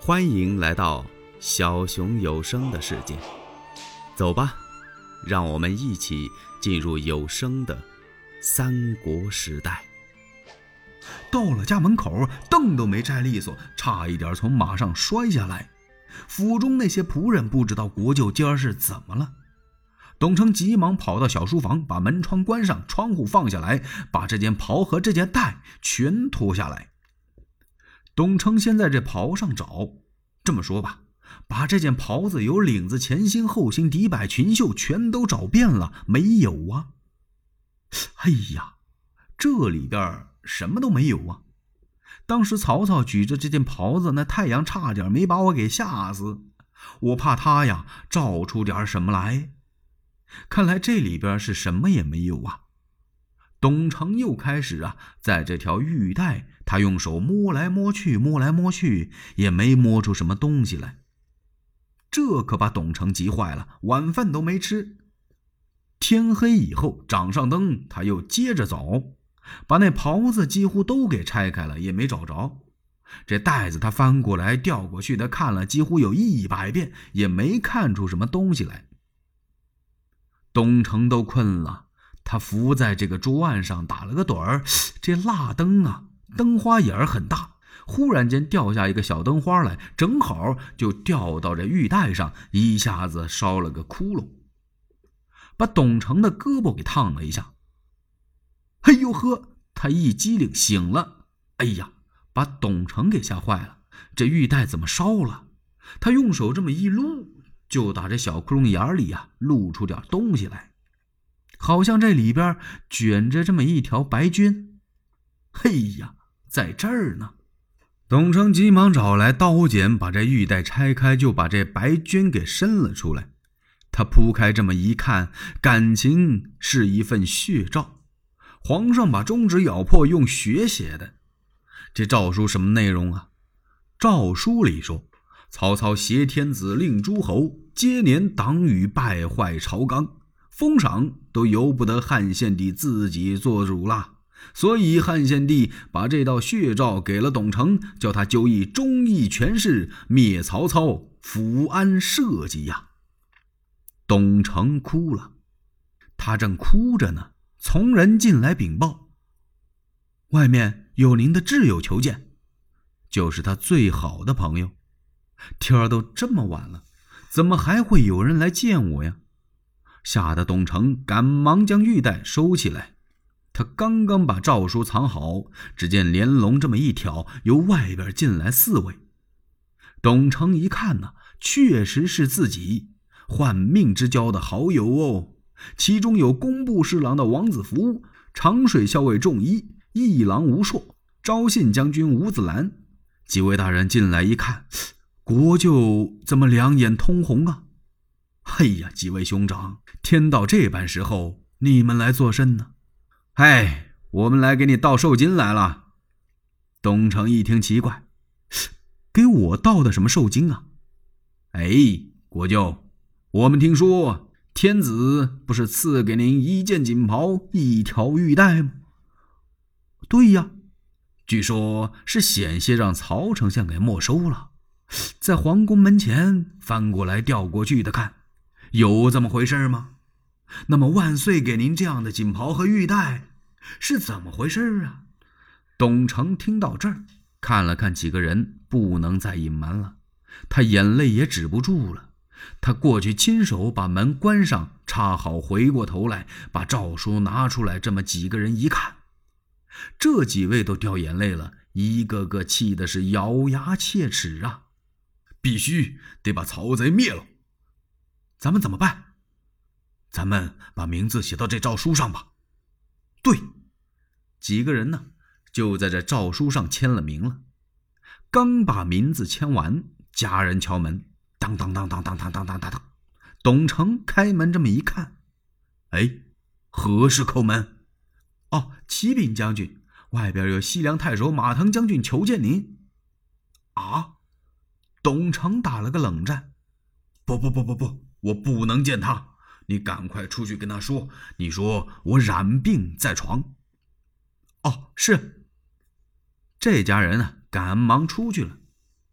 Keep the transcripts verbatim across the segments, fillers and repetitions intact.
欢迎来到小熊有声的世界，走吧，让我们一起进入有声的三国时代。 到了家门口，凳都没摘利索，差一点从马上摔下来。府中那些仆人不知道国舅今儿是怎么了。董承急忙跑到小书房，把门窗关上，窗户放下来，把这件袍和这件带全脱下来。董承先在这袍上找，这么说吧，把这件袍子有领子、前心、后心、底摆、裙袖全都找遍了，没有啊。哎呀，这里边什么都没有啊。当时曹操举着这件袍子，那太阳差点没把我给吓死，我怕他呀照出点什么来。看来这里边是什么也没有啊。董承又开始啊，在这条玉带他用手摸来摸去，摸来摸去，也没摸出什么东西来。这可把董承急坏了，晚饭都没吃。天黑以后，掌上灯，他又接着找，把那袍子几乎都给拆开了，也没找着。这袋子他翻过来调过去的看了几乎有一百遍，也没看出什么东西来。董承都困了，他伏在这个桌案上打了个盹儿。这蜡灯啊，灯花眼儿很大，忽然间掉下一个小灯花来，正好就掉到这玉带上，一下子烧了个窟窿，把董承的胳膊给烫了一下。哎呦呵，他一激灵醒了，哎呀，把董承给吓坏了，这玉带怎么烧了？他用手这么一撸，就打这小窟窿眼里啊露出点东西来，好像这里边卷着这么一条白绢。嘿呀，在这儿呢。董承急忙找来刀剪，把这玉带拆开，就把这白绢给伸了出来。他铺开这么一看，感情是一份血诏，皇上把中指咬破，用血写的。这诏书什么内容啊？诏书里说，曹操挟天子令诸侯，接连党羽，败坏朝纲，封赏都由不得汉献帝自己做主了，所以汉献帝把这道血诏给了董承，叫他就以忠义权势灭曹操，抚安社稷呀。董承哭了，他正哭着呢，从人进来禀报，外面有您的挚友求见，就是他最好的朋友。天儿都这么晚了，怎么还会有人来见我呀？吓得董承赶忙将玉带收起来。他刚刚把诏书藏好，只见帘笼这么一挑，由外边进来四位。董承一看呢，确实是自己换命之交的好友哦，其中有工部侍郎的王子服、长水校尉仲一、议郎吴硕、昭信将军吴子兰。几位大人进来一看，国舅怎么两眼通红啊？哎呀，几位兄长，天到这般时候，你们来作甚呢？哎，我们来给你倒寿金来了。董承一听奇怪，给我倒的什么寿金啊？哎，国舅，我们听说天子不是赐给您一件锦袍，一条玉带吗？对呀，据说是险些让曹丞相给没收了，在皇宫门前翻过来调过去的看，有这么回事吗？那么万岁给您这样的锦袍和玉带是怎么回事啊？董承听到这儿，看了看几个人，不能再隐瞒了，他眼泪也止不住了。他过去亲手把门关上，插好，回过头来把诏书拿出来，这么几个人一看，这几位都掉眼泪了，一个个气的是咬牙切齿啊！必须得把曹贼灭了。咱们怎么办？咱们把名字写到这诏书上吧。对，几个人呢就在这诏书上签了名了。刚把名字签完，家人敲门，当当当当当当当当当当。董承开门这么一看，哎，何事叩门？哦，启禀将军，外边有西凉太守马腾将军求见您。啊？董承打了个冷战。不不不不不，我不能见他。你赶快出去跟他说，你说我染病在床。哦，是。这家人啊，赶忙出去了。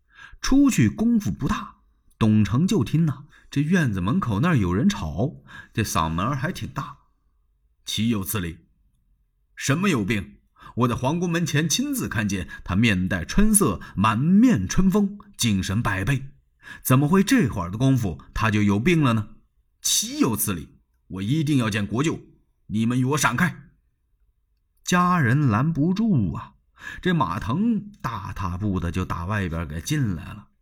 出去功夫不大，董承就听呐、啊，这院子门口那儿有人吵，这嗓门还挺大。岂有此理！什么有病？我在皇宫门前亲自看见他面带春色，满面春风，精神百倍，怎么会这会儿的功夫他就有病了呢？岂有此理！我一定要见国舅，你们与我闪开！家人拦不住啊，这马腾大踏步的就打外边给进来了。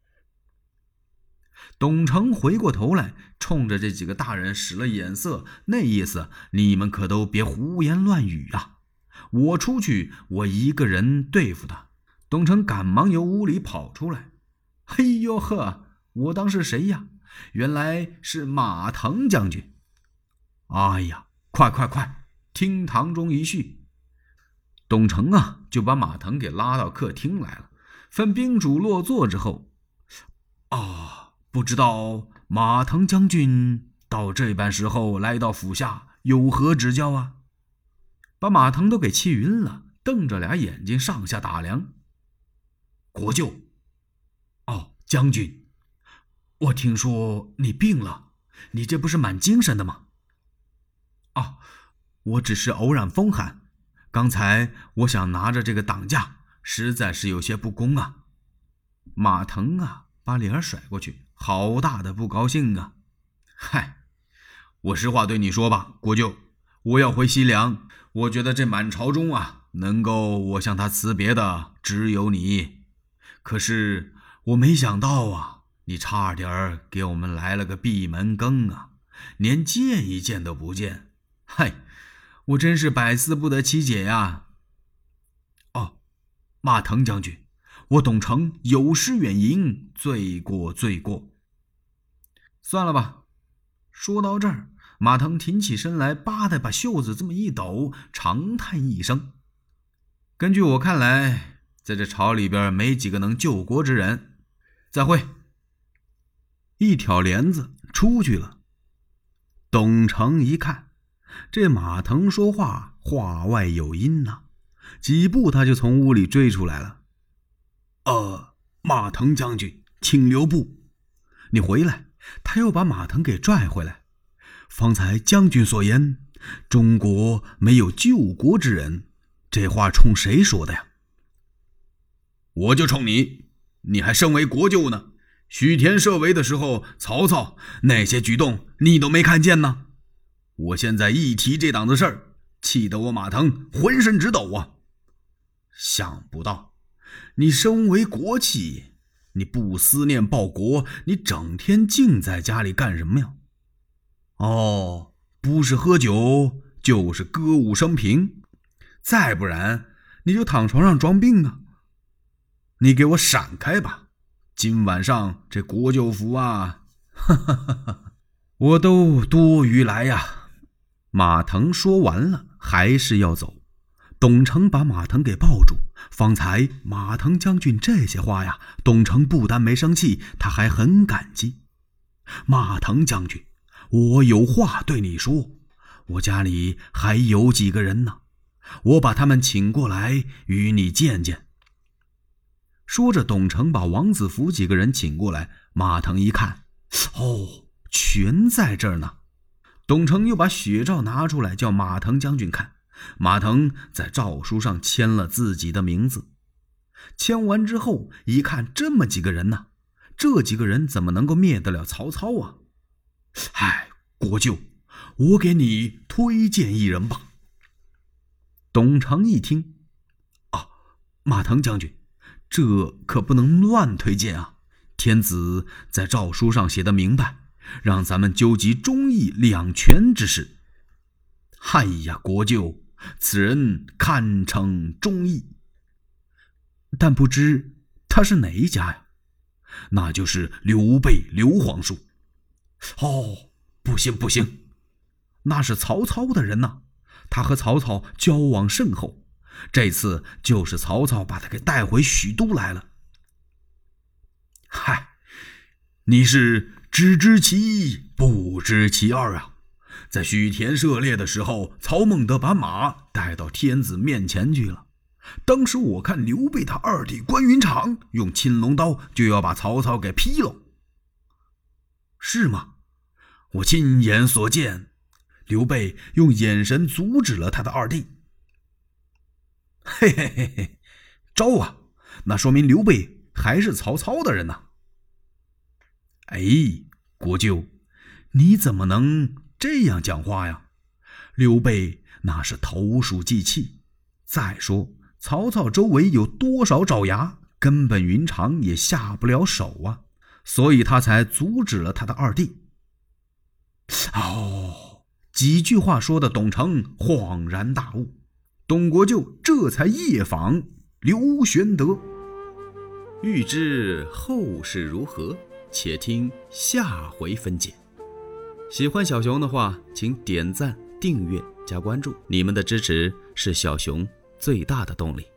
董承回过头来，冲着这几个大人使了眼色，那意思你们可都别胡言乱语啊！我出去，我一个人对付他。董承赶忙由屋里跑出来。嘿呦呵，我当是谁呀？原来是马腾将军。哎呀，快快快，听堂中一叙。董承啊，就把马腾给拉到客厅来了。分宾主落座之后，啊，不知道马腾将军到这般时候来到府下，有何指教啊？把马腾都给气晕了，瞪着俩眼睛上下打量。国舅，哦，将军，我听说你病了，你这不是蛮精神的吗？哦，我只是偶然风寒，刚才我想拿着这个挡架，实在是有些不恭啊。马腾啊，把脸甩过去，好大的不高兴啊！嗨，我实话对你说吧，国舅，我要回西凉，我觉得这满朝中啊，能够我向他辞别的只有你。可是我没想到啊，你差点给我们来了个闭门羹啊，连见一见都不见。嗨，我真是百思不得其解呀！哦，马腾将军，我董承有失远迎，罪过罪过。算了吧。说到这儿，马腾挺起身来，吧的把袖子这么一抖，长叹一声。根据我看来，在这朝里边没几个能救国之人。再会。一挑帘子出去了。董承一看，这马腾说话话外有音呐、啊，几步他就从屋里追出来了。呃，马腾将军，请留步。你回来。他又把马腾给拽回来。方才将军所言，中国没有救国之人，这话冲谁说的呀？我就冲你，你还身为国舅呢。许田设围的时候，曹操那些举动你都没看见呢。我现在一提这档子事儿，气得我马腾浑身直抖啊！想不到，你身为国戚，你不思念报国，你整天静在家里干什么呀？哦，不是喝酒，就是歌舞升平，再不然你就躺床上装病啊！你给我闪开吧！今晚上这国舅府啊，哈哈哈哈，我都多余来呀！马腾说完了，还是要走。董承把马腾给抱住。方才马腾将军这些话呀，董承不但没生气，他还很感激。马腾将军，我有话对你说，我家里还有几个人呢，我把他们请过来与你见见。说着，董承把王子服几个人请过来。马腾一看，哦，全在这儿呢。董承又把血诏拿出来，叫马腾将军看。马腾在诏书上签了自己的名字。签完之后，一看这么几个人呢，这几个人怎么能够灭得了曹操啊？哎，国舅，我给你推荐一人吧。董承一听，啊，马腾将军，这可不能乱推荐啊！天子在诏书上写得明白，让咱们纠集忠义两全之事。哎呀，国舅，此人堪称忠义，但不知他是哪一家呀？那就是刘备刘皇叔。哦，不行不行，那是曹操的人呐，他和曹操交往甚厚，这次就是曹操把他给带回许都来了。嗨，你是只知其一不知其二啊！在许田射猎的时候，曹孟德把马带到天子面前去了。 当时我看刘备他二弟关云长用青龙刀就要把曹操给劈了。是吗？我亲眼所见，刘备用眼神阻止了他的二弟。嘿嘿嘿嘿，招啊！那说明刘备还是曹操的人呐。哎，国舅，你怎么能这样讲话呀？刘备那是投鼠忌器。再说曹操周围有多少爪牙，根本云长也下不了手啊，所以他才阻止了他的二弟。哦，几句话说的董承恍然大悟，董国舅这才夜访刘玄德。 欲知后事如何，且听下回分解。喜欢小熊的话，请点赞、订阅、加关注，你们的支持是小熊最大的动力。